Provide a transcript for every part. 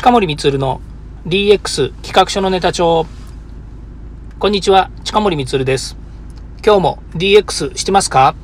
近森光の DX 企画書のネタ帳。こんにちは、近森光です。今日も DX してますか？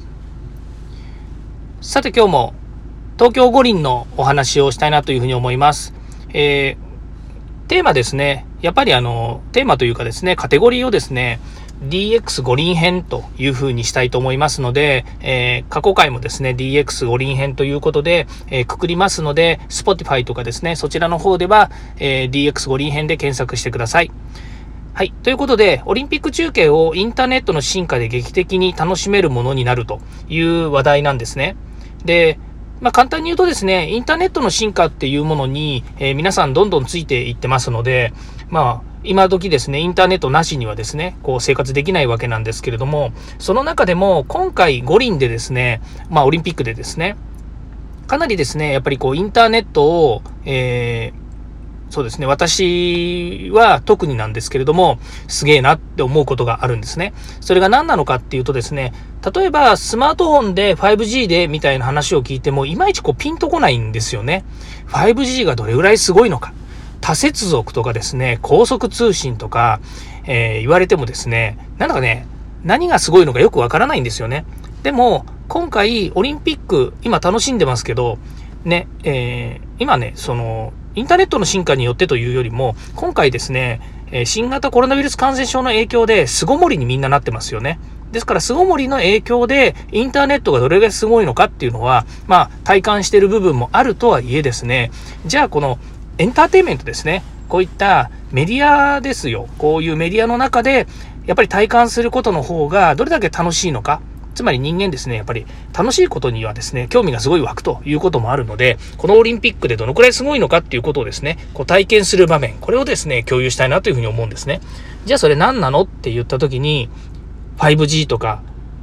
さて今日も東京五輪のお話をしたいなというふうに思います。テーマですね。やっぱりテーマというかですね、カテゴリーをですね、DX 五輪編というふうにしたいと思いますので、過去回もですね DX 五輪編ということで、くくりますので Spotify とかですね、そちらの方では、DX 五輪編で検索してください。はい。ということで、オリンピック中継をインターネットの進化で劇的に楽しめるものになるという話題なんですね。で、簡単に言うとですね、インターネットの進化っていうものに、皆さんどんどんついていってますので、今時ですね、インターネットなしにはですね、生活できないわけなんですけれども、その中でも今回五輪でですね、オリンピックでですね、かなりですね、やっぱりインターネットを、そうですね、私は特になんですけれども、すげえなって思うことがあるんですね。それが何なのかっていうとですね、例えばスマートフォンで 5G でみたいな話を聞いても、いまいちピンとこないんですよね。5G がどれぐらいすごいのか。多接続とかですね、高速通信とか、言われてもですね、なんだかね、何がすごいのかよくわからないんですよね。でも、今回オリンピック、今楽しんでますけど、ね、今ね、インターネットの進化によってというよりも、今回ですね、新型コロナウイルス感染症の影響で巣ごもりにみんななってますよね。ですから巣ごもりの影響でインターネットがどれぐらいすごいのかっていうのは、体感している部分もあるとはいえですね、じゃあこのエンターテインメントですね、こういったメディアですよ。こういうメディアの中でやっぱり体感することの方がどれだけ楽しいのか。つまり人間ですね、やっぱり楽しいことにはですね、興味がすごい湧くということもあるので、このオリンピックでどのくらいすごいのかっていうことをですね、体験する場面、これをですね、共有したいなというふうに思うんですね。じゃあそれ何なのって言った時に、5G とか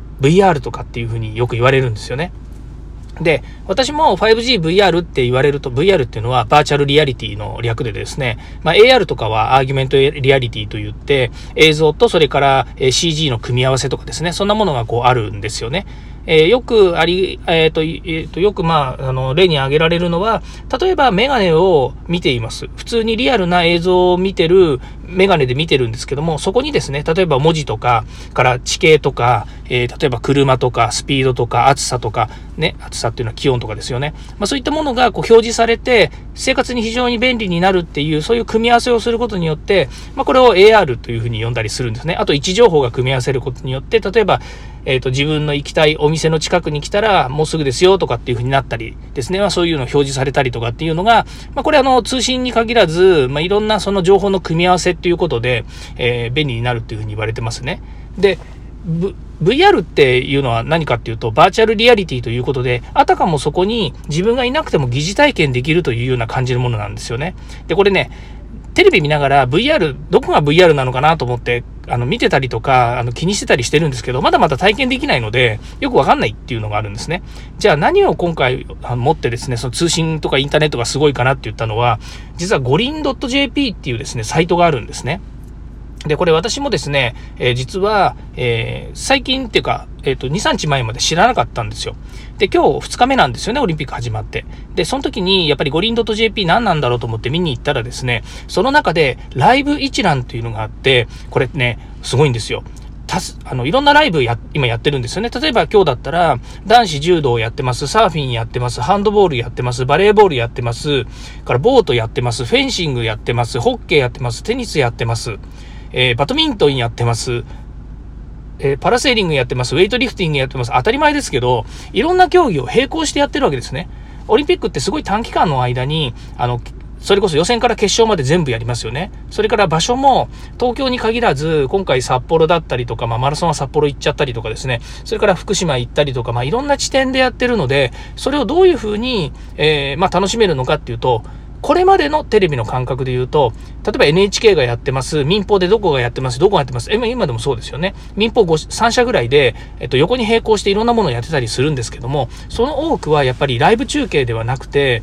VR とかっていうふうによく言われるんですよね。で、私も 5G VR って言われると、VR っていうのはバーチャルリアリティの略でですね、AR とかはアーギュメントリアリティと言って、映像とそれから CG の組み合わせとかですね、そんなものがあるんですよね。よくよく例に挙げられるのは、例えばメガネを見ています。普通にリアルな映像を見てる、メガネで見てるんですけども、そこにですね、例えば文字とか、から地形とか、例えば車とかスピードとか暑さとか、ね、暑さっていうのは気温とかですよね。そういったものが表示されて、生活に非常に便利になるっていう、そういう組み合わせをすることによって、これを AR というふうに呼んだりするんですね。あと位置情報が組み合わせることによって、例えば、自分の行きたいお店の近くに来たらもうすぐですよとかっていう風になったりですね、そういうのを表示されたりとかっていうのが、これ通信に限らず、いろんなその情報の組み合わせっていうことで、便利になるっていう風に言われてますね。で、VR っていうのは何かっていうと、バーチャルリアリティということで、あたかもそこに自分がいなくても疑似体験できるというような感じのものなんですよね。で、これね、テレビ見ながら VR、どこが VR なのかなと思って、見てたりとか、気にしてたりしてるんですけど、まだまだ体験できないので、よくわかんないっていうのがあるんですね。じゃあ何を今回持ってですね、その通信とかインターネットがすごいかなって言ったのは、実は五輪 .jp っていうですね、サイトがあるんですね。で、これ私もですね、実は、最近っていうか、2、3日前まで知らなかったんですよ。で、今日2日目なんですよね、オリンピック始まって。で、その時に、やっぱり五輪 .jp 何なんだろうと思って見に行ったらですね、その中でライブ一覧というのがあって、これね、すごいんですよ。いろんなライブ今やってるんですよね。例えば今日だったら、男子柔道やってます、サーフィンやってます、ハンドボールやってます、バレーボールやってます、からボートやってます、フェンシングやってます、ホッケーやってます、テニスやってます、バドミントンやってます、パラセーリングやってます、ウェイトリフティングやってます。当たり前ですけど、いろんな競技を並行してやってるわけですね。オリンピックってすごい短期間の間に、それこそ予選から決勝まで全部やりますよね。それから場所も東京に限らず、今回札幌だったりとか、マラソンは札幌行っちゃったりとかですね。それから福島行ったりとか、いろんな地点でやってるので、それをどういうふうに、楽しめるのかっていうと、これまでのテレビの感覚で言うと、例えば NHK がやってます、民放でどこがやってます、どこがやってます、今でもそうですよね。民放3社ぐらいで、横に並行していろんなものをやってたりするんですけども、その多くはやっぱりライブ中継ではなくて、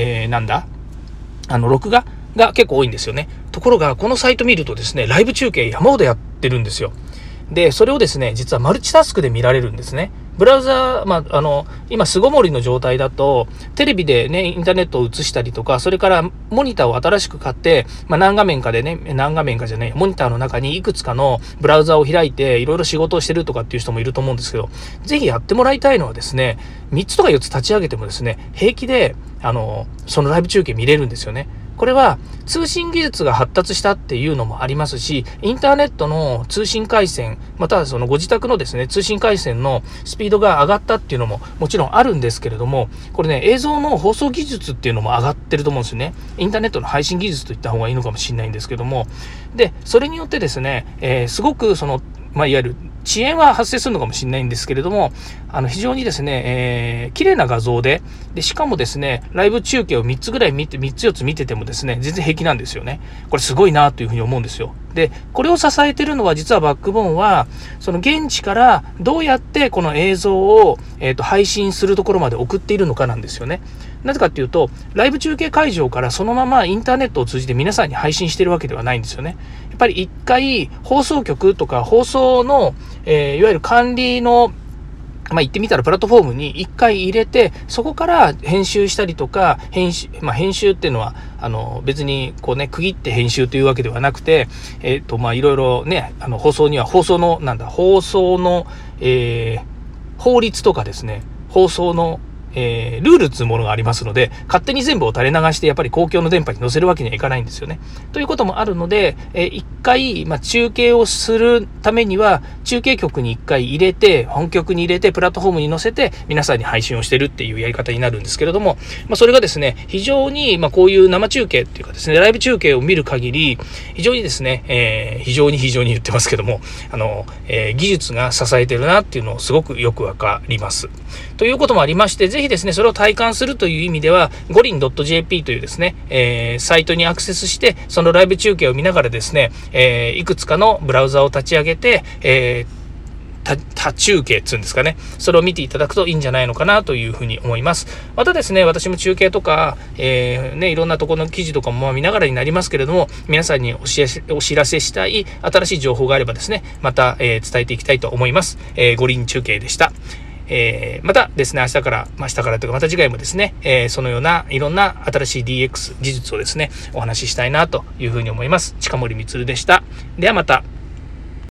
録画が結構多いんですよね。ところが、このサイト見るとですね、ライブ中継山ほどやってるんですよ。で、それをですね、実はマルチタスクで見られるんですね。 ブラウザー、今巣ごもりの状態だと、テレビでね、インターネットを映したりとか、それからモニターを新しく買って、何画面かでね、何画面かじゃない、モニターの中にいくつかのブラウザを開いて、いろいろ仕事をしてるとかっていう人もいると思うんですけど、ぜひやってもらいたいのはですね、3つとか4つ立ち上げてもですね、平気で、そのライブ中継見れるんですよね。これは通信技術が発達したっていうのもありますし、インターネットの通信回線、またはそのご自宅のですね、通信回線のスピードが上がったっていうのももちろんあるんですけれども、これね、映像の放送技術っていうのも上がってると思うんですよね。インターネットの配信技術といった方がいいのかもしれないんですけども、で、それによってですね、すごくいわゆる遅延は発生するのかもしれないんですけれども、非常にですね、綺麗な画像で、しかもですね、ライブ中継を3つぐらい3つ4つ見ててもですね、全然平気なんですよね。これすごいなというふうに思うんですよ。で、これを支えているのは、実はバックボーンは、その現地からどうやってこの映像を、配信するところまで送っているのかなんですよね。なぜかっていうと、ライブ中継会場からそのままインターネットを通じて皆さんに配信しているわけではないんですよね。やっぱり一回放送局とか放送の、いわゆる管理の言ってみたらプラットフォームに一回入れて、そこから編集したりとか、編集っていうのは、別にこうね、区切って編集というわけではなくて、いろいろね、放送の、法律とかですね、放送のルールというものがありますので、勝手に全部を垂れ流してやっぱり公共の電波に載せるわけにはいかないんですよね。ということもあるので、一回、中継をするためには中継局に一回入れて、本局に入れてプラットフォームに載せて皆さんに配信をしてるっていうやり方になるんですけれども、それがですね、非常にこういう生中継っていうかですね、ライブ中継を見る限り非常にですね、非常に言ってますけども、技術が支えてるなっていうのをすごくよくわかります。ということもありまして、ぜひですね、それを体感するという意味では、五輪 .jp というですね、サイトにアクセスして、そのライブ中継を見ながらですね、いくつかのブラウザを立ち上げて、多中継っていうんですかね、それを見ていただくといいんじゃないのかなというふうに思います。またですね、私も中継とか、いろんなところの記事とかも見ながらになりますけれども、皆さんにお知らせしたい新しい情報があればですね、また、伝えていきたいと思います。五輪中継でした。またですね、明日からというかまた次回もですね、そのようないろんな新しい DX 技術をですね、お話ししたいなというふうに思います。近森光でした。ではまた。